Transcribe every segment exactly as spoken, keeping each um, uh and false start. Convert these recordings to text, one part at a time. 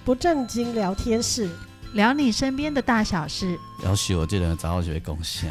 不正经聊天室， 聊你身边的大小事。 要是我这人早就会讲啥。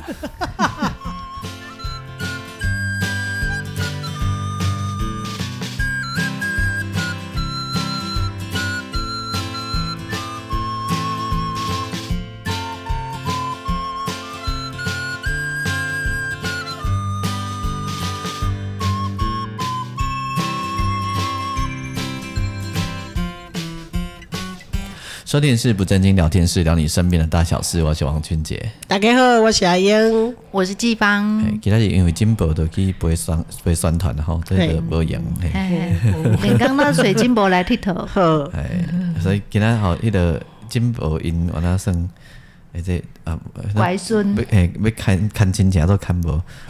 收听是不正经聊天室，聊你身边的大小事。我是王俊杰。 大家好，我是阿英， 我是季芳。 今天因为金箔都去陪酸陪酸团吼，这个无用。 连刚那水金箔来剃头， 好， 所以今天好，迄个金箔因我那算，诶这啊， 外孙， 诶要看看亲戚都看无。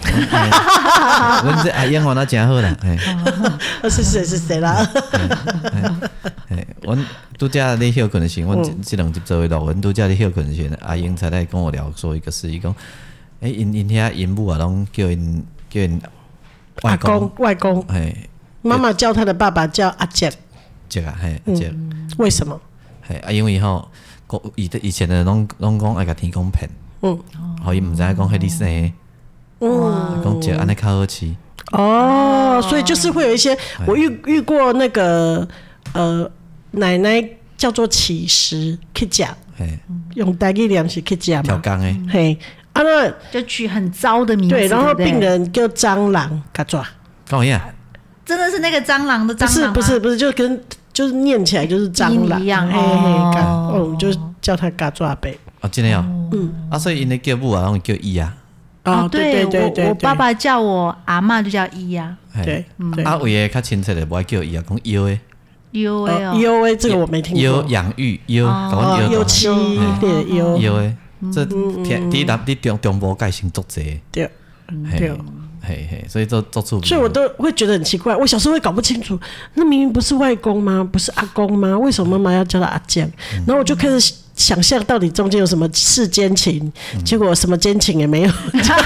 阮这阿英我那真好啦，嘿， 是谁是谁啦？ 嘿，阮拄则咧休困时，阮这两集做位录，阮拄则咧休困时，阿英才来跟我聊说一个事，伊讲，诶，因因遐因母啊，拢叫因叫因外公外公， 嘿， 妈妈叫他的爸爸叫阿杰， 杰啊，嘿，阿杰， 为什么？ 嘿，啊，因为吼，以以前的拢拢讲爱甲天公骗，嗯，好，伊毋知影讲迄你生的，嗯，讲杰安尼较好饲。 哦，所以就是会有一些，我遇遇过那个呃奶奶叫做乞食去食，用台语念是去食嘛， 挑工诶， 嘿，啊那就取很糟的名字， 对，然后对病人叫蟑螂，嘎抓， 讲呀， 真的是那个蟑螂的蟑螂吗？ 不是不是不是，就跟就是念起来就是蟑螂一样， 嘿嘿，嘎，哦，我们就叫他嘎抓呗。 哦，真的哦，嗯，啊，所以因咧叫母啊，拢叫伊啊。 哦，对对对对， 我爸爸叫我阿嬷就叫伊啊， 对， 啊，有诶较亲切的，无爱叫伊啊，讲腰诶， 腰诶哦， 腰诶，这个我没听过。 腰养育腰， 哦，腰妻对腰腰诶，这第第一答第中中部界先做这， 对对， 嘿嘿，所以做做出， 所以我都会觉得很奇怪，我小时候会搞不清楚，那明明不是外公吗？不是阿公吗？为什么妈妈要叫他阿健？然后我就开始想象到底中间有什么世间情，结果什么奸情也没有，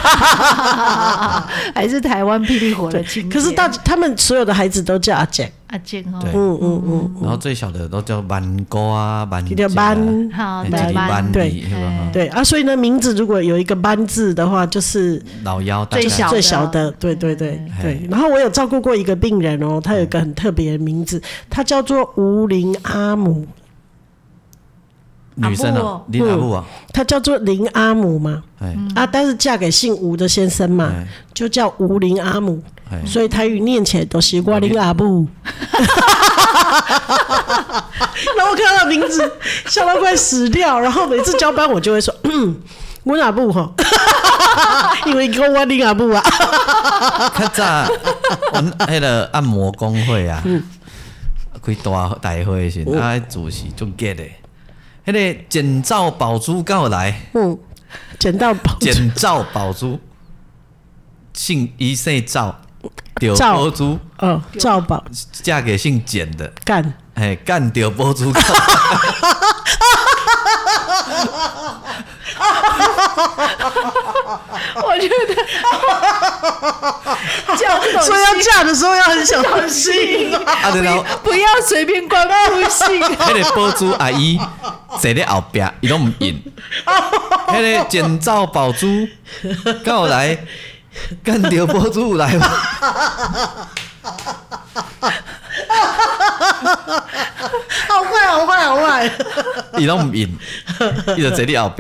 还是台湾霹雳火的情节。 可是大他们所有的孩子都叫阿健， 阿健哦， 对， 嗯嗯嗯， 然后最小的都叫班哥啊，班姐啊， 班， 好， 班对对啊，所以呢，名字如果有一个班字的话，就是老幺最小最小的，对对对对。然后我有照顾过一个病人哦，他有一个很特别的名字，他叫做吴林阿姆。 女生哦，林阿母啊， 她叫做林阿姆嘛，啊，但是嫁给姓吴的先生嘛，就叫吴林阿姆，所以台语念起来都是我林阿姆。然后我看到名字笑到快死掉，然后每次交班我就会说，嗯，我阿姆哈，因为讲我林阿姆啊。 较早，阮迄个按摩工会啊，开大大会时，啊，主席就 get 的。迄个简兆宝珠告来， 嗯，简兆宝珠， 简兆宝珠，姓一姓赵，丢宝珠， 哦，赵宝， 嫁给姓简的， 干， 哎，干丢宝珠告。 我觉得叫这种所以要嫁的时候要很小心， 啊，然后不要随便冠夫姓。 迄个宝珠阿姨坐咧后壁，伊拢唔应。迄个简兆宝珠，到来干掉宝珠有来无？ 好坏好坏好坏， 伊拢唔应，伊就坐咧后壁，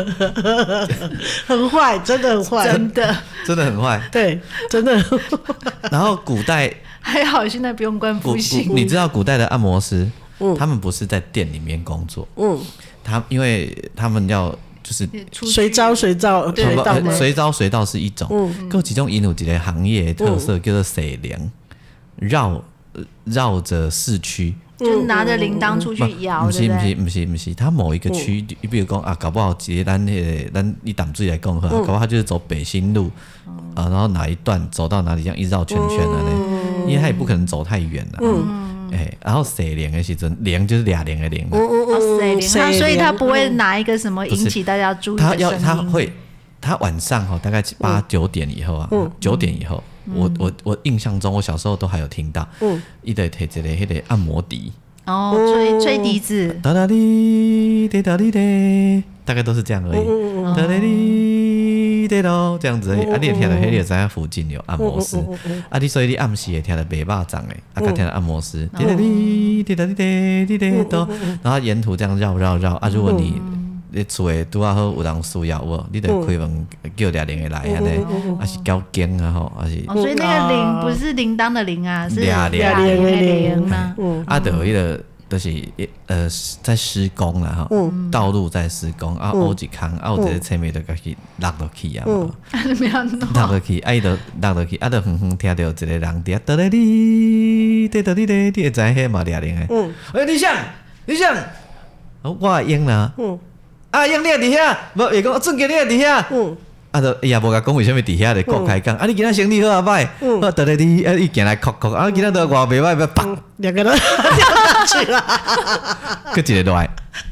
很坏，真的很坏， 真的真的很坏。 对，真的。 然后古代还好，现在不用冠夫姓。 你知道古代的按摩师，嗯、他们不是在店里面工作，嗯，他因为他们要就是随招随到， 随到随招随到是一种，嗯，各其中因有一个行业的特色、嗯、叫做洗凉，绕绕着市区。 就是拿着铃铛出去摇， 不是不是不是不是，它某一个区，你比如讲啊，搞不好直接咱那个咱以淡水来讲哈，搞不好它就是走北新路啊，然后哪一段走到哪里这样一绕圈圈的呢？因为它也不可能走太远了。嗯，哎，然后洗凉的时阵，凉就是俩凉的凉。 嗯嗯嗯，洗凉，所以他不会拿一个什么引起大家注意的声音。 他要他会，他晚上哈大概八九点以后啊，九点以后。我我我印象中，我小时候都还有听到，嗯，伊得摕一个迄个按摩笛， 哦，吹吹笛子， 哒哒滴滴哒滴滴，大概都是这样而已。哒哒滴滴咯，这样子而已。啊，你会听到迄个知影附近有按摩师，啊，你所以你暗时会听到卖肉粽的，啊，甲听到按摩师，滴哒滴滴哒滴滴滴滴都，然后沿途这样绕绕绕。啊，如果你你厝诶拄啊好有人需要无，你得开门叫俩铃的来安尼，啊是交警啊吼，啊是。 哦，所以那个铃不是铃铛的铃啊，是俩铃的铃啊。 啊，就有迄个就是呃在施工啦吼，道路在施工啊，挖一坑啊，有一个车尾就家己落落去啊，落落去，啊伊就落落去，啊就远远听到一个人伫啊，得咧哩，得得哩咧，你会知迄嘛俩铃诶。诶，李想，李想，我应啦。啊，英你也伫遐，无会讲俊杰你也伫遐，嗯，啊，就伊也无甲讲为虾米伫遐咧，国开讲，啊，你今仔生理好啊歹，我倒来你，啊，伊行来哭哭，啊，今仔都外袂歹，要砰， 两个人掉下去了， 佮一个落来，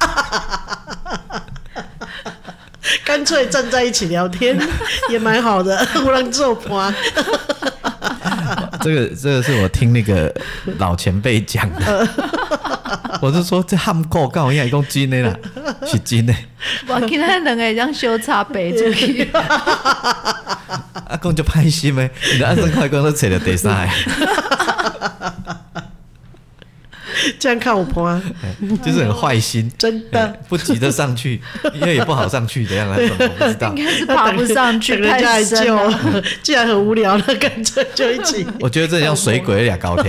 干脆站在一起聊天也蛮好的，有人做伴。 这个这个是我听那个老前辈讲的，我就说这喊够够，伊讲真的啦，是真的。 我今仔两个这样相差白出去， 啊，讲就歹心的，你按算快讲都找到第三个。 这样看我婆， 就是很坏心， 真的不急着上去，因为也不好上去，怎样来怎么我不知道， 应该是爬不上去， 人家来救了。 既然很无聊了，干脆就一起。 我觉得这像水鬼俩高铁。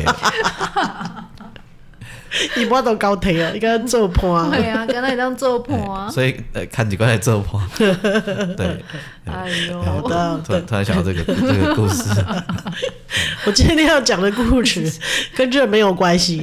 伊无都高铁啊，伊敢做伴。 对啊，敢若会当做伴啊。 所以呃，看几个来做伴。对。 哎呦， 好的。 突然突然想到这个这个故事。 我今天要讲的故事跟这没有关系。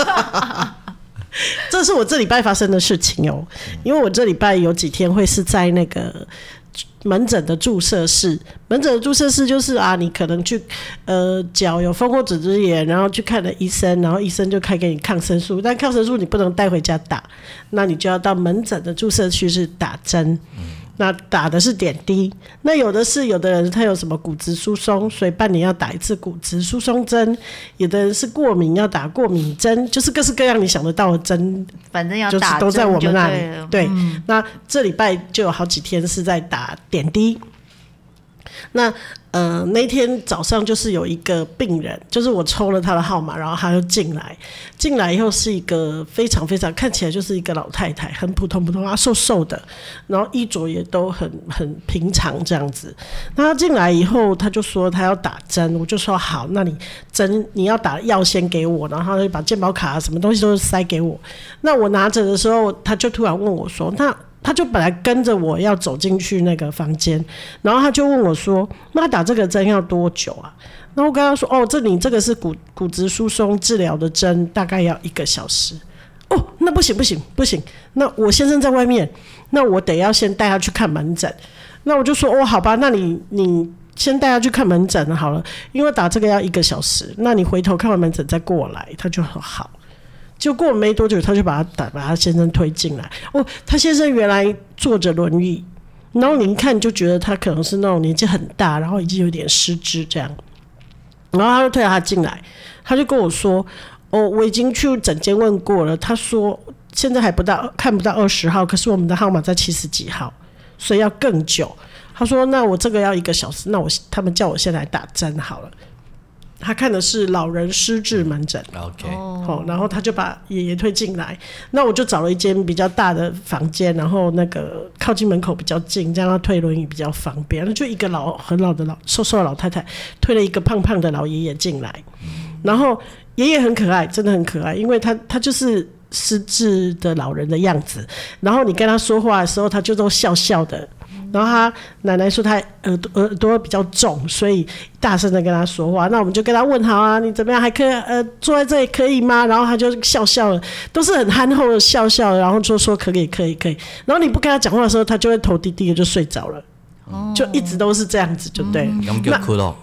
这是我这礼拜发生的事情哦，因为我这礼拜有几天会是在那个门诊的注射室，门诊的注射室就是啊，你可能去呃脚有蜂窝组织炎，然后去看了医生，然后医生就开给你抗生素，但抗生素你不能带回家打，那你就要到门诊的注射区是打针。那打的是点滴，那有的是有的人他有什么骨质疏松，所以半年要打一次骨质疏松针，有的人是过敏要打过敏针，就是各式各样你想得到的针， 反正要打针就都在我们那里。对， 嗯、 那这礼拜就有好几天是在打点滴。那呃那天早上就是有一个病人，就是我抽了他的号码，然后他就进来，进来以后是一个非常非常看起来就是一个老太太，很普通普通，她瘦瘦的，然后衣着也都很很平常这样子。那他进来以后，他就说他要打针，我就说好，那你针你要打药先给我，然后他就把健保卡什么东西都塞给我。那我拿着的时候，他就突然问我说，那他就本来跟着我要走进去那个房间，然后他就问我说：“那打这个针要多久啊？”然后我跟他说：“哦，这你这个是骨骨质疏松治疗的针，大概要一个小时。”哦，那不行不行不行，那我先生在外面，那我得要先带他去看门诊。那我就说：“哦，好吧，那你你先带他去看门诊好了，因为打这个要一个小时，那你回头看完门诊再过来。”他就说好。就过没多久，他就把他打把他先生推进来。哦，他先生原来坐着轮椅，然后你一看就觉得他可能是那种年纪很大，然后已经有点失智这样。然后他就推他进来，他就跟我说：“哦，我已经去诊间问过了，他说现在还不到看不到二十号，可是我们的号码在七十几号，所以要更久。”他说：“那我这个要一个小时，那我他们叫我先来打针好了。”他看的是老人失智门诊 ，OK， 好，然后他就把爷爷推进来，那我就找了一间比较大的房间，然后那个靠近门口比较近，这样他推轮椅比较方便。那就一个老很老的老瘦瘦的老太太推了一个胖胖的老爷爷进来，然后爷爷很可爱，真的很可爱，因为他他就是失智的老人的样子，然后你跟他说话的时候，他就都笑笑的。然后他奶奶说他耳朵耳朵比较重，所以大声的跟他说话。那我们就跟他问好啊，你怎么样？还可以呃坐在这里可以吗？然后他就笑笑了，都是很憨厚的笑笑，然后就说可以可以可以。然后你不跟他讲话的时候，他就会头低低的就睡着了，哦、就一直都是这样子，就对。 嗯、那哭了。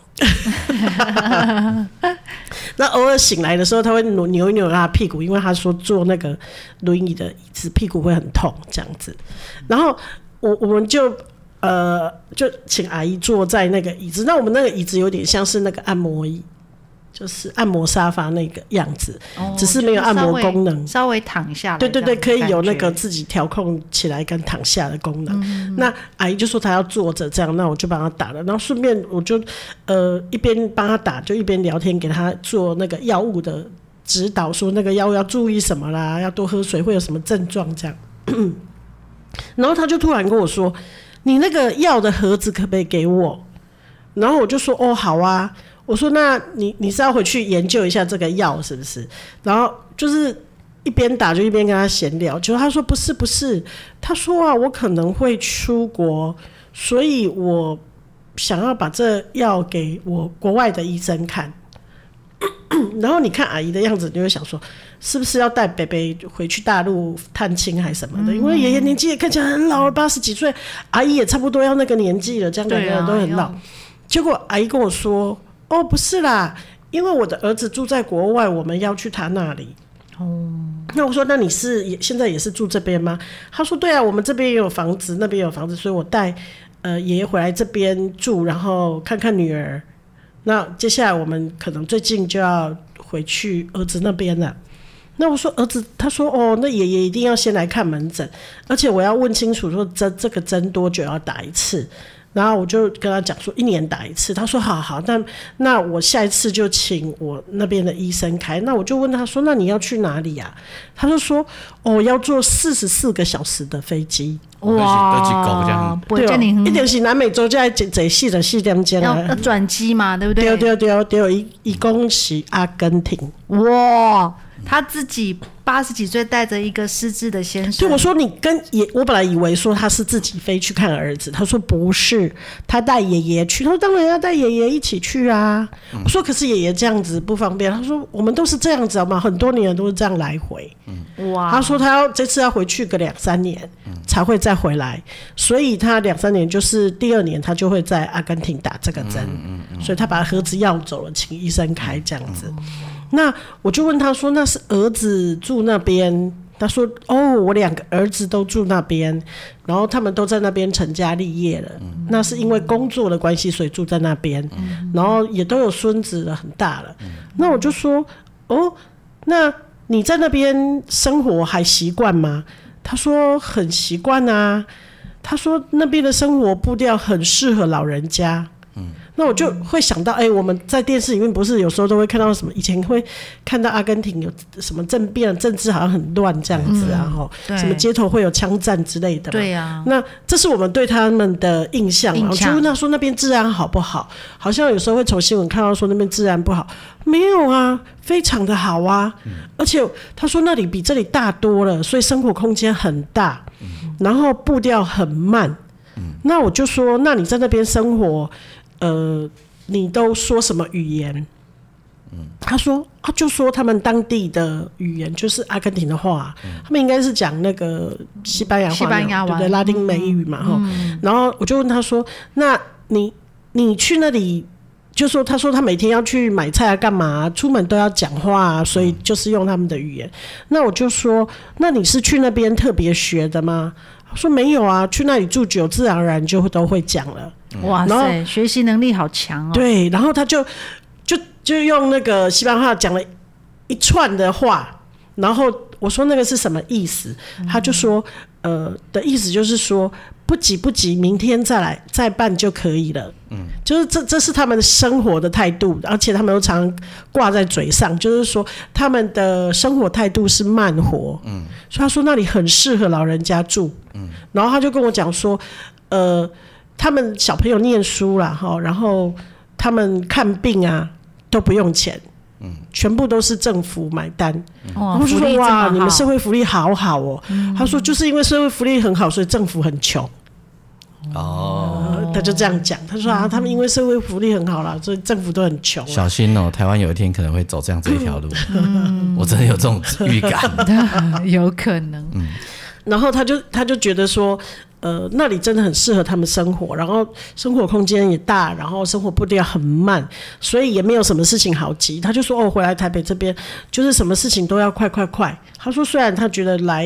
那偶尔醒来的时候，他会扭一扭他的屁股，因为他说坐那个轮椅的椅子屁股会很痛这样子。然后我我们就。呃，就请阿姨坐在那个椅子，那我们那个椅子有点像是那个按摩椅， 就是按摩沙发那个样子， 哦、 只是没有按摩功能， 稍微躺下来。 对对对，可以有那个自己调控起来跟躺下的功能。嗯、那阿姨就说她要坐着这样，那我就帮她打了，然后顺便我就呃一边帮她打，就一边聊天，给她做那个药物的指导，说那个药物要注意什么啦，要多喝水，会有什么症状这样。然后她就突然跟我说：“你那个药的盒子可不可以给我？”然后我就说：“哦，好啊。”我说那你你是要回去研究一下这个药是不是？然后就是一边打就一边跟他闲聊，结果他说不是不是，他说啊我可能会出国，所以我想要把这药给我国外的医生看。然后你看阿姨的样子，你就会想说是不是要带北北回去大陆探亲还是什么的？嗯、因为爷爷年纪也看起来很老了，八十几岁，阿姨也差不多要那个年纪了，这样两个人都很老。结果阿姨跟我说。哦，不是啦，因为我的儿子住在国外，我们要去他那里。哦，那我说，那你是也现在也是住这边吗？他说，对啊，我们这边也有房子，那边有房子，所以我带呃爷爷回来这边住，然后看看女儿。那接下来我们可能最近就要回去儿子那边了。那我说儿子，他说哦，那爷爷一定要先来看门诊，而且我要问清楚说这这个针多久要打一次。然后我就跟他讲说一年打一次，他说好好，那那我下一次就请我那边的医生开。那我就问他说那你要去哪里啊？他就说哦要坐四十四个小时的飞机。 哇， 对哦，一定是南美洲在这细的细点间啊，要转机嘛，对不对？ 对对对对，一一共是阿根廷。 哇，他自己八十几岁带着一个失智的先生。 对，我说你跟爷，我本来以为说他是自己飞去看儿子，他说不是，他带爷爷去。他说当然要带爷爷一起去啊。嗯、我说可是爷爷这样子不方便。他说我们都是这样子好吗？很多年都是这样来回。嗯、哇，他说他要这次要回去个两三年、嗯、才会再回来，所以他两三年就是第二年他就会在阿根廷打这个针、嗯嗯嗯，所以他把盒子要走了，请医生开这样子。嗯那我就问他说那是儿子住那边，他说哦我两个儿子都住那边，然后他们都在那边成家立业了、嗯、那是因为工作的关系所以住在那边、嗯、然后也都有孙子了，很大了、嗯、那我就说哦那你在那边生活还习惯吗？他说很习惯啊，他说那边的生活步调很适合老人家。那我就会想到，哎、欸，我们在电视里面不是有时候都会看到什么？以前会看到阿根廷有什么政变，政治好像很乱这样子啊，吼、嗯，什么街头会有枪战之类的嘛。对啊。那这是我们对他们的印象嘛？我就问他说那边治安好不好？好像有时候会从新闻看到说那边治安不好，没有啊，非常的好啊。嗯、而且他说那里比这里大多了，所以生活空间很大，嗯、然后步调很慢。嗯、那我就说，那你在那边生活？呃，你都说什么语言？嗯、他说，他就说他们当地的语言就是阿根廷的话，嗯、他们应该是讲那个西班牙话，西班牙对不对？拉丁美语嘛，哈、嗯。然后我就问他说：“那你你去那里，就说他说他每天要去买菜啊，干嘛？出门都要讲话、啊，所以就是用他们的语言。那我就说，那你是去那边特别学的吗？他说没有啊，去那里住久，自然而然就都会讲了。” 哇塞，学习能力好强哦！ 对，然后他就就就用那个西班牙话讲了一串的话，然后我说那个是什么意思？嗯、他就说，呃，的意思就是说不急不急，明天再来再办就可以了。嗯，就是这这是他们的生活的态度，而且他们都常挂在嘴上，就是说他们的生活态度是慢活。嗯，所以他说那里很适合老人家住。嗯，然后他就跟我讲说，呃。他们小朋友念书啦，然后他们看病啊都不用钱，嗯、全部都是政府买单。我、嗯、就说哇，你们社会福利好好哦。嗯、他说就是因为社会福利很好，所以政府很穷。哦、呃，他就这样讲。他说啊，他们因为社会福利很好啦，所以政府都很穷。 小心哦，台湾有一天可能会走这样这一条路。嗯、我真的有这种预感， 有可能。 嗯、然后他就他就觉得说。呃，那里真的很适合他们生活，然后生活空间也大，然后生活步调很慢，所以也没有什么事情好急。他就说哦，回来台北这边就是什么事情都要快快快。他说虽然他觉得来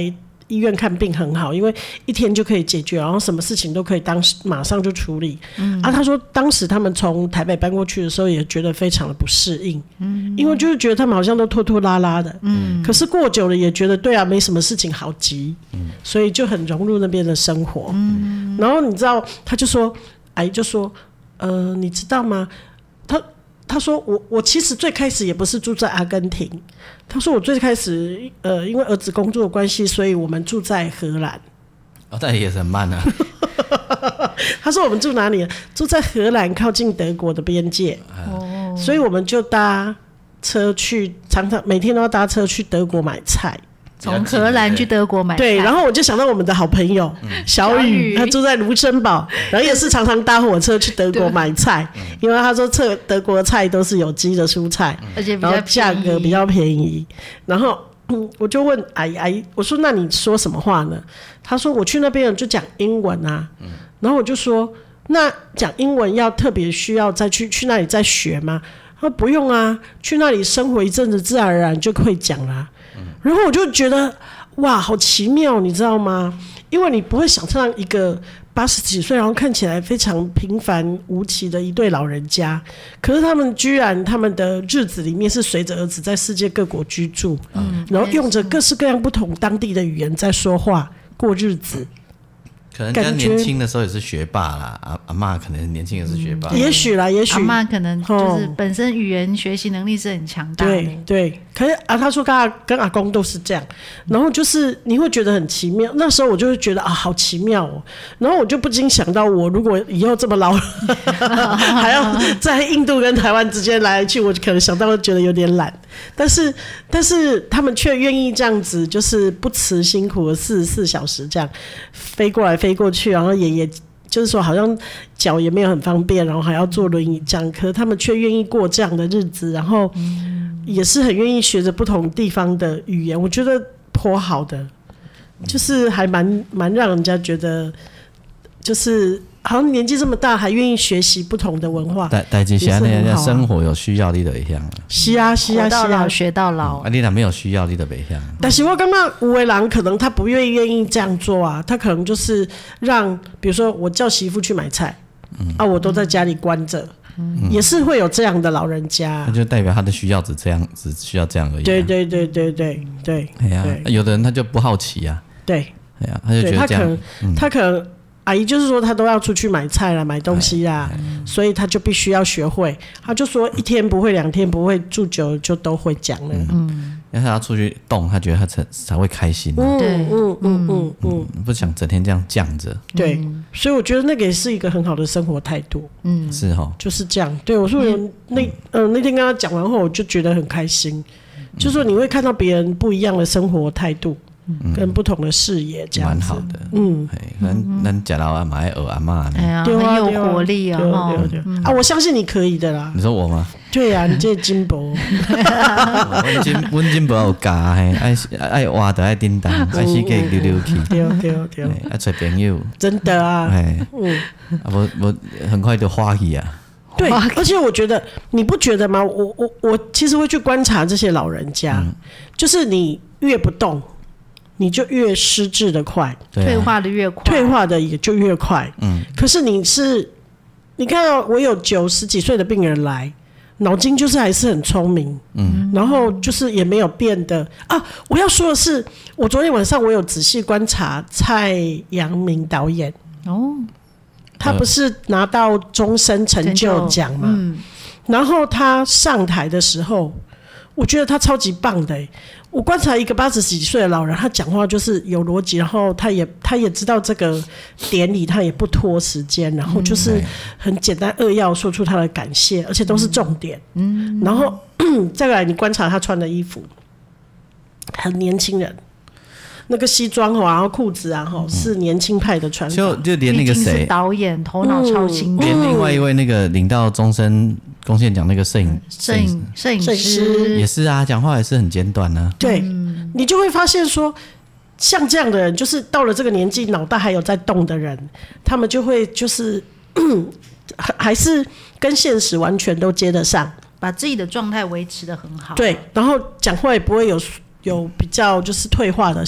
医院看病很好，因为一天就可以解决，然后什么事情都可以当时马上就处理。嗯、啊，他说当时他们从台北搬过去的时候，也觉得非常的不适应，嗯，因为就是觉得他们好像都拖拖拉拉的，嗯，可是过久了也觉得对啊，没什么事情好急，嗯，所以就很融入那边的生活。嗯，然后你知道，他就说，阿姨就说，呃，你知道吗？他他说我我其实最开始也不是住在阿根廷，他说我最开始呃因为儿子工作的关系，所以我们住在荷兰。 哦，但也是很慢啊。 他说我们住哪里？住在荷兰靠近德国的边界，哦，所以我们就搭车去，常常每天都要搭车去德国买菜。 从荷兰去德国买菜， 对，然后我就想到我们的好朋友、嗯、小雨，他住在卢森堡，然后也是常常搭火车去德国买菜，因为他说这德国的菜都是有机的蔬菜， 而且然后价格比较便宜。然后、嗯、我就问阿姨，阿姨，我说那你说什么话呢？他说我去那边就讲英文啊，嗯、然后我就说那讲英文要特别需要再去去那里再学吗？他说不用啊，去那里生活一阵子，自然而然就会讲啦。然后我就觉得哇，好奇妙，你知道吗？因为你不会想象一个八十几岁，然后看起来非常平凡无奇的一对老人家，可是他们居然他们的日子里面是随着儿子在世界各国居住，嗯、然后用着各式各样不同当地的语言在说话过日子。 可能他年轻的时候也是学霸啦，阿阿嬷可能年轻也是学霸， 嗯、也许啦，也许阿嬷可能就是本身语言学习能力是很强大的。 对对，可是啊，他说跟阿跟阿公都是这样，然后就是你会觉得很奇妙。那时候我就会觉得啊，好奇妙哦。然后我就不禁想到，我如果以后这么老，还要在印度跟台湾之间来来去，我可能想到会觉得有点懒。但是但是他们却愿意这样子，就是不辞辛苦的四十四小时这样飞过来飞过去，然后也也就是说好像脚也没有很方便，然后还要坐轮椅这样，可是他们却愿意过这样的日子，然后也是很愿意学着不同地方的语言，我觉得颇好的，就是还蛮蛮让人家觉得就是好像年纪这么大还愿意学习不同的文化， 代代志是安尼，啊、生活有需要你就会晓。 是啊是啊是啊， 活到老学到老。 嗯、啊，你若没有需要你就袂晓。 但是我感觉有的人可能他不愿意愿意这样做啊，他可能就是让，比如说我叫媳妇去买菜，嗯、啊，我都在家里关着。嗯、也是会有这样的老人家， 那就代表他的需要只这样，只需要这样而已、啊。 对对对对对对。 哎呀、啊，有的人他就不好奇啊。 对。 哎呀、啊，他就觉得这样，他可能， 嗯、他可能阿姨就是说他都要出去买菜啦、买东西啦，所以他就必须要学会。他就说一天不会、两天不会，住久了就都会讲了。嗯。 因为他要出去动，他觉得他才才会开心、啊。 嗯嗯嗯嗯嗯， 不想整天这样犟着。 对，嗯、所以我觉得那个也是一个很好的生活态度。嗯， 是哈， 就是这样。对我说我那嗯、呃、那天跟他讲完后，我就觉得很开心。嗯、就是说你会看到别人不一样的生活态度。嗯、跟不同的视野，这样子蛮好的。嗯，咱咱吃老阿妈学阿嬷， 哎呀，很有活力啊！ 对对对啊，我相信你可以的啦。 你说我吗？ 对呀、啊，你这金箔， 我金我金箔有加嘿，爱爱活就爱叮当，爱死给溜溜去， 对对对， 爱找朋友， 真的啊， 哎，嗯，啊我我很快就花去啊。 对，而且我觉得你不觉得吗？我我我其实会去观察这些老人家，嗯、就是你越不动。你就越失智的快， 啊、退化的越快， 退化的也就越快。嗯，可是你是，你看到、哦、我有九十几岁的病人来，脑筋就是还是很聪明，嗯，然后就是也没有变的啊。我要说的是，我昨天晚上我有仔细观察蔡阳明导演哦，他不是拿到终身成就奖嘛，嗯，然后他上台的时候，我觉得他超级棒的、欸。我观察一个八十几岁的老人，他讲话就是有逻辑，然后他也他也知道这个典礼，他也不拖时间，然后就是很简单扼要说出他的感谢，而且都是重点。嗯，然后再来你观察他穿的衣服，很年轻人，那个西装哦，然后裤子啊，哈，是年轻派的穿法。 就就连那个谁， 导演头脑超清楚， 连另外一位那个领到终身贡献奖那个摄影摄影摄影师也是啊，讲话也是很简短啊。 对，你就会发现说，像这样的人，就是到了这个年纪，脑袋还有在动的人，他们就会就是还是跟现实完全都接得上， 把自己的状态维持得很好。 对，然后讲话也不会有有比较就是退化的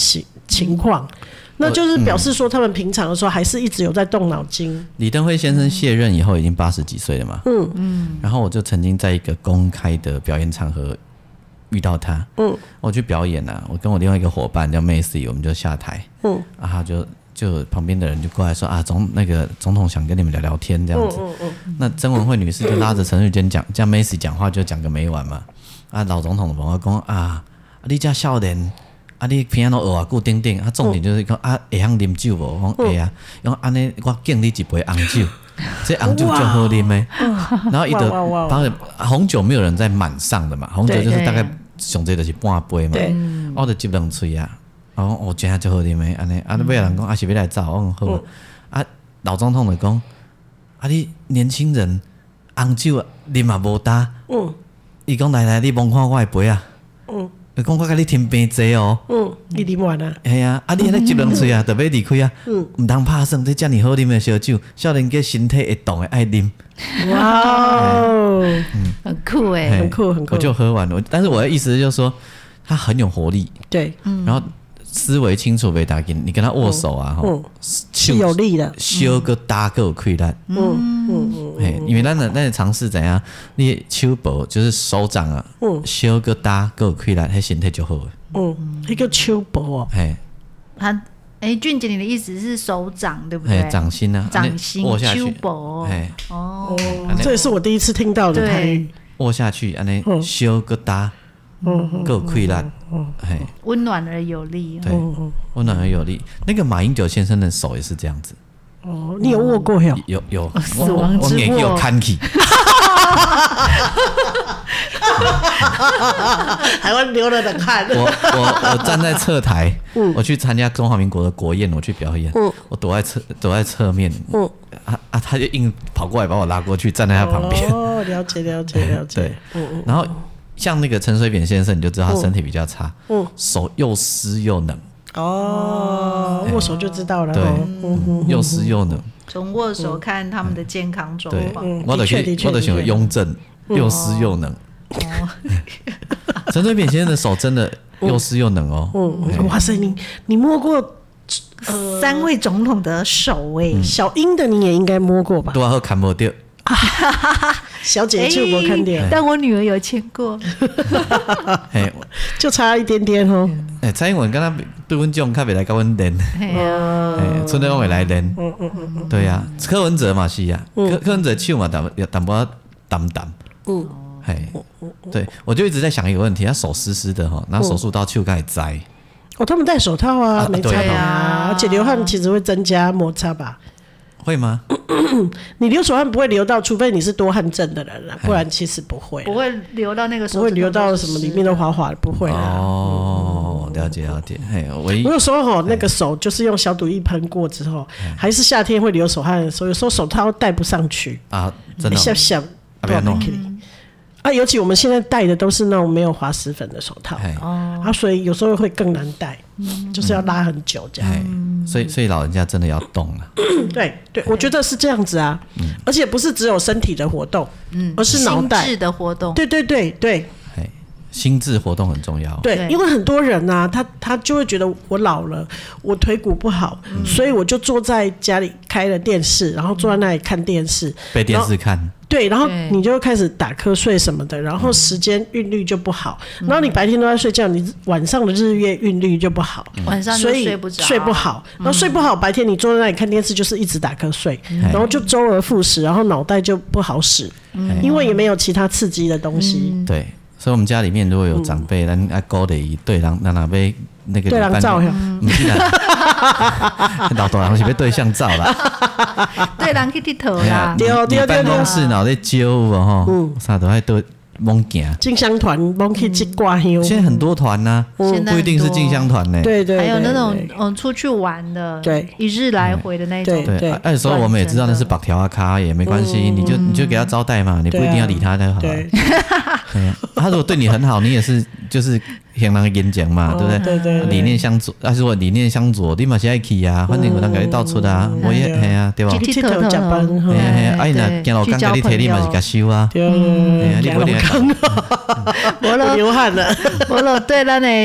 情况。那就是表示说，他们平常的时候还是一直有在动脑筋。 李登辉先生卸任以后已经八十几岁了嘛，嗯嗯，然后我就曾经在一个公开的表演场合遇到他，嗯，我去表演啊，我跟我另外一个伙伴叫 Macy， 我们就下台，嗯，啊，他就就旁边的人就过来说啊，总那个总统想跟你们聊聊天这样子，嗯嗯嗯，那曾文慧女士就拉着陈水扁讲，叫 Macy 讲话就讲个没完嘛，啊，老总统的朋友讲啊，啊，你这少年。啊！你平常都学偌久顶顶，啊，重点就是讲啊，会晓啉酒无？我讲会啊，用安尼我敬你一杯红酒，这红酒就好啉的。然后伊就当然红酒没有人在满上的嘛，红酒就是大概上最就是半杯嘛，我就接两喙啊，我讲哦，真就好啉的，安尼啊，尾人讲啊是要来走，我讲好啊。老总统就讲啊，你年轻人红酒啉嘛无搭，伊讲来来，你摸看我的杯啊。伊讲我甲你添病济哦， 嗯，你啉完啊？ 系啊，啊你安尼一两喙啊，就要离开啊，嗯，唔通拍算这遮尔好啉的烧酒，少年家身体会动的爱啉。 哇哦， 嗯，很酷哎， 很酷很酷。 我就喝完了，但是我的意思就是说，他很有活力， 对， 然后思维清楚，袂打紧，你跟他握手啊，吼， 是有力的， 手个大个有气力，嗯嗯嗯，嘿，因为咱的咱的尝试怎样，你手部就是手掌啊，手个大个有气力，迄身体就好了。 嗯，一个手部哦， 嘿， 他哎，俊杰，你的意思是手掌对不对？ 掌心啊， 掌心握下去， 手部， 嘿， 哦， 这也是我第一次听到的台语， 握下去，安尼手个大。嗯，够溃烂，哎， 温暖而有力， 对，温暖而有力。那个马英九先生的手也是这样子。 哦，你有握过哟？ 有有， 死亡之握， 我眼有看起。 台湾流了冷汗。 我我我站在侧台，我去参加中华民国的国宴，我去表演，我躲在侧躲在侧面，嗯啊啊，他就硬跑过来把我拉过去，站在他旁边。 哦，了解了解了解。 对，然后。像那个陈水扁先生，你就知道他身体比较差，嗯，手又湿又冷。 哦，握手就知道了。 对，又湿又冷。 从握手看他们的健康状况。 我的我的选雍正，又湿又冷。陈水扁先生的手真的又湿又冷哦。 嗯，哇塞，你你摸过三位总统的手哎， 小英的你也应该摸过吧？ 对啊，看不到。 小姐就我看见， 但我女儿有牵过， 就差一点点哦。 哎，蔡英文跟他对阮这种较袂来跟阮练，哎，春天我会来练，嗯嗯嗯，对呀，柯文哲嘛是呀，柯柯文哲手嘛淡淡薄淡淡，嗯，嘿，对，我就一直在想一个问题，他手湿湿的哈，拿手术刀手该摘， 哦，他们戴手套啊，没差啊，而且流汗其实会增加摩擦吧。 会吗？ 你流手汗不会流到，除非你是多汗症的人啦，不然其实不会， 不会流到那个手， 不会流到什么里面都滑滑的，不会啦。 哦，了解了解。嘿，我有时候吼那个手就是用消毒液喷过之后，还是夏天会流手汗的时候，有时候手套戴不上去啊，真的， 想想不要弄。啊，尤其我们现在戴的都是那种没有滑石粉的手套，哦，啊，所以有时候会更难戴，嗯、就是要拉很久这样。 嗯、所以，所以老人家真的要动了。 对对，我觉得是这样子啊，嗯、而且不是只有身体的活动，嗯，而是脑袋心智的活动。 对对对对。 心智活动很重要， 对，因为很多人啊，他他就会觉得我老了，我腿骨不好，嗯、所以我就坐在家里开了电视，然后坐在那里看电视， 被电视看， 对，然后你就会开始打瞌睡什么的，然后时间韵律就不好，嗯、然后你白天都在睡觉，你晚上的日月韵律就不好， 嗯、晚上就睡不着， 睡不好，然后睡不好，白天你坐在那里看电视就是一直打瞌睡，嗯、然后就周而复始，然后脑袋就不好使，嗯、因为也没有其他刺激的东西， 嗯、对。所以，我们家里面如果有长辈，咱阿姑的对人，咱那边那个对人照呀， 不是啦，老大人是要对象照啦， 对人去佚佗啦， 对对对对， 办公室脑袋招哦吼，啥都爱对猛行。 进香团猛去一挂香， 现在很多团呐，不一定是进香团呢， 对对， 还有那种嗯出去玩的， 对， 一日来回的那种， 对，有时候我们也知道那是绑条啊卡也没关系，你就你就给他招待嘛，你不一定要理他就好了。他如果对你很好，你也是就是向人演讲嘛，对不对？ 对对， 理念相左，但是我理念相左，你嘛是爱去啊，反正有人给你到处啊，我也系啊，对吧？ 去佚佗加班， 系啊系啊，啊伊若行路工甲你摕，你嘛是甲收啊， 对啊， 你不一定我了流汗了， 我了对咱的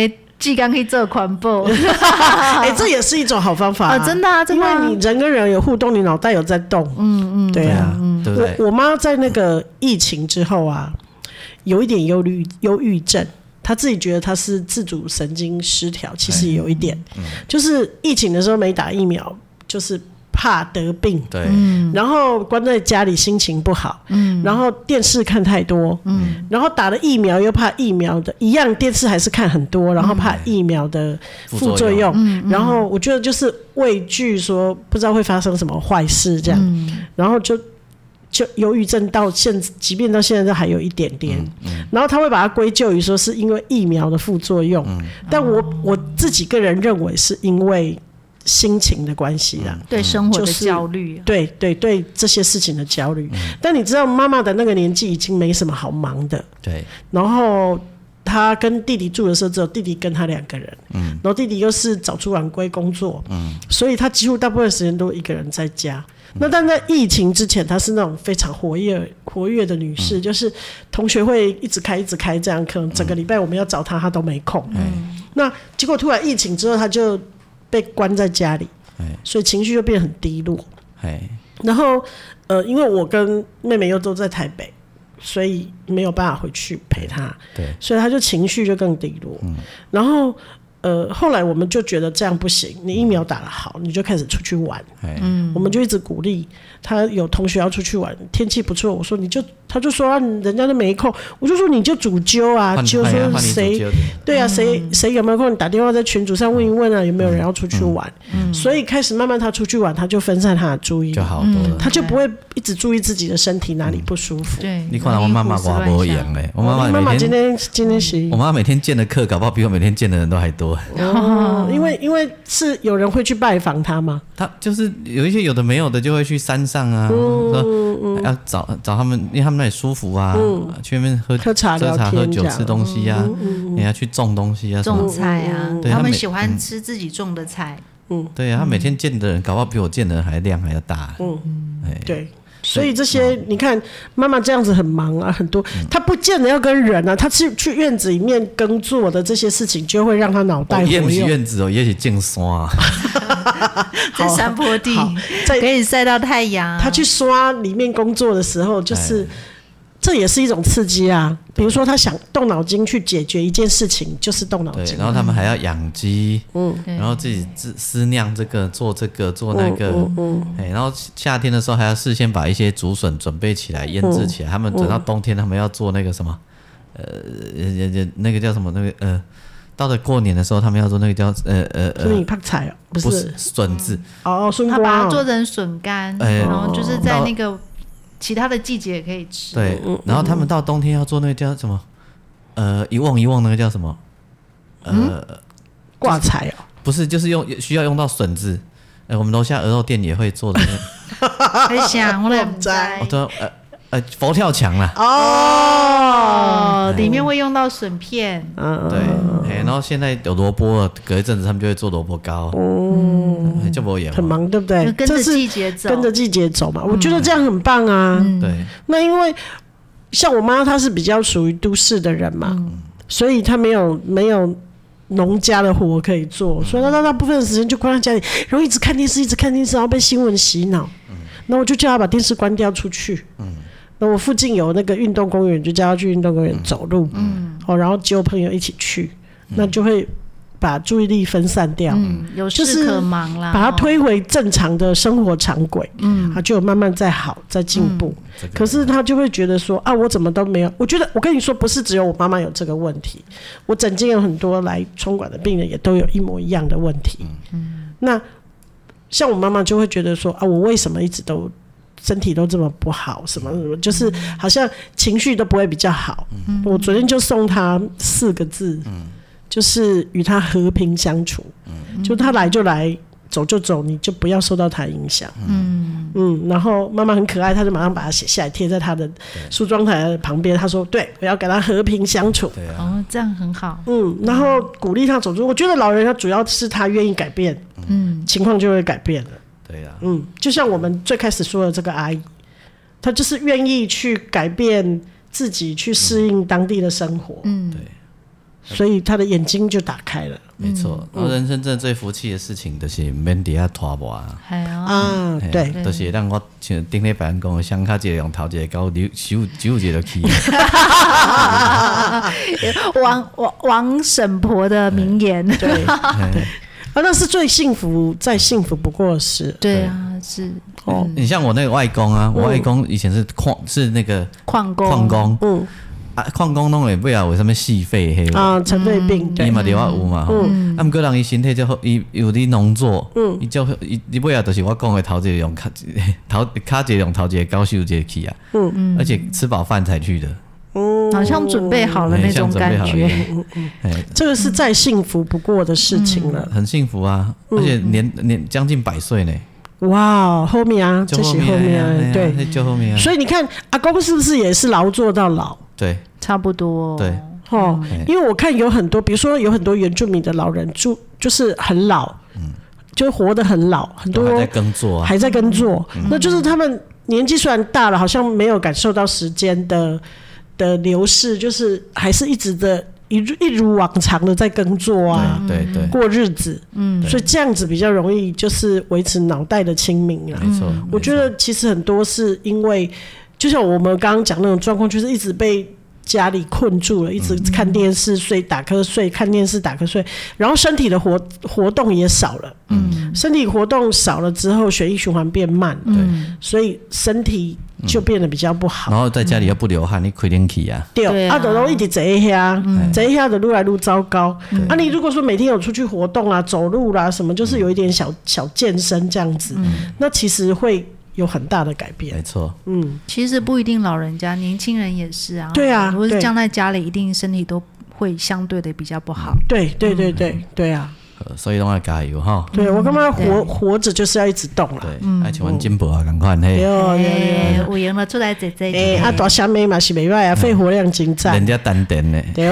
既刚可以做环保， 哎、欸，这也是一种好方法啊！ 啊真的啊，真的、啊， 因为你人跟人有互动，你脑袋有在动，嗯嗯，对啊， 嗯、对不对？ 我我妈在那个疫情之后啊，有一点忧虑忧郁症。他自己觉得他是自主神经失调，其实有一点、嗯，就是疫情的时候没打疫苗，就是怕得病， 对， 然后关在家里心情不好，嗯，然后电视看太多，嗯，然后打了疫苗又怕疫苗的一样，电视还是看很多，然后怕疫苗的副作用，嗯、然后我觉得就是畏惧说不知道会发生什么坏事这样，嗯、然后就。就忧郁症到现，即便到现在都还有一点点，嗯嗯、然后他会把它归咎于说是因为疫苗的副作用，嗯、但我我自己个人认为是因为心情的关系啦， 对生活的焦虑、啊就是，对对对这些事情的焦虑。嗯、但你知道妈妈的那个年纪已经没什么好忙的， 对， 然后他跟弟弟住的时候只有弟弟跟他两个人，嗯、然后弟弟又是早出晚归工作，嗯、所以他几乎大部分时间都一个人在家。那但在疫情之前，她是那种非常活跃、活跃的女士，嗯、就是同学会一直开、一直开，这样可能整个礼拜我们要找她，她都没空。嗯、那结果突然疫情之后，她就被关在家里，所以情绪就变得很低落。然后，呃，因为我跟妹妹又都在台北，所以没有办法回去陪她，对，所以她就情绪就更低落。嗯、然后。呃，后来我们就觉得这样不行，你疫苗打得好，你就开始出去玩。嗯，我们就一直鼓励他，有同学要出去玩，天气不错，我说你就，他就说、啊、人家都没空，我就说你就主揪啊，揪说谁，对啊，谁谁有没有空，你打电话在群组上问一问啊，有没有人要出去玩。嗯，所以开始慢慢他出去玩，他就分散他的注意力， 就好多了， 他就不会一直注意自己的身体哪里不舒服。 对， 你看我妈妈我不一样嘞，我妈妈妈妈今天今天是， 我妈每天见的课，搞不好比我每天见的人都还多。 哦，因为因为是有人会去拜访他吗？ 他就是有一些有的没有的就会去山上啊，嗯、说要找找他们，因为他们那里舒服啊，嗯、去那边喝喝茶、 喝茶、喝酒、吃东西啊，你要、嗯嗯、去种东西啊， 种菜啊， 对他们喜欢吃自己种的菜。 嗯，对啊，他每天见的人，搞不好比我见的人还量还要大。嗯， 对。所以这些你看妈妈这样子很忙啊，很多她不见得要跟人啊，她去去院子里面耕作的这些事情就会让她脑袋活用。 也不是院子哦，也是进山啊， 在山坡地可以晒到太阳。 她去刷里面工作的时候，就是这也是一种刺激啊。比如说她想动脑筋去解决一件事情，就是动脑筋。 对，然后他们还要养鸡，嗯，然后自己私酿这个做这个做那个，嗯嗯嗯、然后夏天的时候还要事先把一些竹笋准备起来腌制起来。嗯、他们等到冬天，他们要做那个什么，呃，那个叫什么那个呃，到了过年的时候，他们要做那个叫呃呃呃， 你泡菜哦，不是, 不是笋子、 嗯、哦，笋瓜，他把它做成笋干，哎、然后就是在那个。其他的季节也可以吃。 对，然后他们到冬天要做那个叫什么？呃，一瓮一瓮那个叫什么？呃， 挂菜哦， 不是，就是用需要用到笋子。呃，我们楼下鹅肉店也会做的那个。很想，我也不知道。 我都呃呃佛跳墙啦。 哦，里面会用到笋片。 嗯，对。哎，然后现在有萝卜了，隔一阵子他们就会做萝卜糕。嗯，就不演很忙，对不对？ 跟着季节走， 跟着季节走嘛。我觉得这样很棒啊。 对。 那因为像我妈，她是比较属于都市的人嘛，所以她没有没有农家的活可以做，所以她大部分的时间就关在家里，然后一直看电视，一直看电视，然后被新闻洗脑。那我就叫她把电视关掉，出去。那我附近有那个运动公园，就叫她去运动公园走路。嗯。哦，然后揪朋友一起去，那就会把注意力分散掉。 嗯，有事可忙啦， 把它推回正常的生活常轨。嗯，它就有慢慢在好，在进步。嗯、可是他就会觉得说啊，我怎么都没有。我觉得我跟你说，不是只有我妈妈有这个问题，我诊间有很多来冲管的病人也都有一模一样的问题。嗯，那像我妈妈就会觉得说啊，我为什么一直都身体都这么不好，什么什么，就是好像情绪都不会比较好。嗯、我昨天就送她四个字。嗯，就是与他和平相处。嗯，就他来就来，走就走，你就不要受到他影响。嗯嗯，然后妈妈很可爱，他就马上把它写下来，贴在他的梳妆台旁边。他说：“对，我要跟他和平相处。” 对啊， 哦，这样很好。 嗯，然后鼓励他走出。我觉得老人他主要是他愿意改变，嗯，情况就会改变了。 对啊， 嗯，就像我们最开始说的这个阿姨，她就是愿意去改变自己，去适应当地的生活。嗯，对。 所以他的眼睛就打开了。 没错，然后人生真的最福气的事情，就是免底下拖磨啊。 系啊， 啊，对， 就是让我像顶礼拜讲，双脚一个用头一个高，手手一个去。 王王王婶婆的名言， 对，对，啊，那是最幸福、再幸福不过的事。 对啊，是哦， 你像我那个外公啊，我外公以前是矿，是那个矿工， 矿工， 嗯， 啊，矿工弄诶，不晓为什么细肺迄个。 啊，尘肺病，对， 伊嘛着我有嘛，吼，啊，毋过人伊身体就好，伊有伫农作，嗯，伊就伊伊尾仔就是我讲的头一个用脚头骹一个用头一个高手一个去啊，嗯嗯，而且吃饱饭才去的， 嗯， 好像准备好了那种感觉， 这个是再幸福不过的事情了， 很幸福啊，而且年年将近百岁呢。 哇，后面啊，这是后面啊，对， 就后面啊。 所以你看，阿公是不是也是劳作到老？ 对， 差不多。 对， 哦，因为我看有很多，比如说有很多原住民的老人住，就是很老，嗯，就活得很老，很多还在耕作啊， 还在耕作，嗯、那就是他们年纪虽然大了，好像没有感受到时间的的流逝，就是还是一直的。一一如往常的在耕作啊， 对对对， 过日子，嗯，所以这样子比较容易，就是维持脑袋的清明啊。 没错， 我觉得其实很多是因为，就像我们刚刚讲那种状况，就是一直被家里困住了，一直看电视睡打瞌睡，看电视打瞌睡，然后身体的活活动也少了，嗯，身体活动少了之后，血液循环变慢，对，所以身体就变得比较不好。 然后在家里又不流汗，你亏点气啊。 对，啊，就容易一直坐遐，坐遐就愈来愈糟糕。啊，你如果说每天有出去活动啊、走路啦、什么，就是有一点小小健身这样子，那其实会有很大的改变。 没错， 嗯，其实不一定老人家，年轻人也是啊。 对啊， 如果是僵在家里，一定身体都会相对的比较不好。 对对对对对啊。 所以拢要加油哈！ 对我感觉活活着就是要一直动啦。 对，爱像阮进步啊，赶快嘿。 有有有了出来坐坐。 诶，啊大虾妹嘛是袂歹啊，肺活量真赞。 人家单点呢。 对。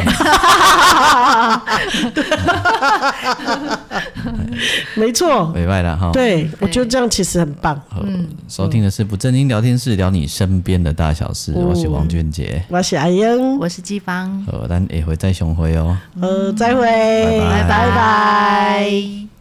没错。 袂歹啦哈。 对，我觉得这样其实很棒。 嗯。收听的是不正经聊天室，聊你身边的大小事。我是王俊杰， 我是阿英， 我是季芳。 好，咱下回再相会哦。 呃，再会， 拜拜。拜拜。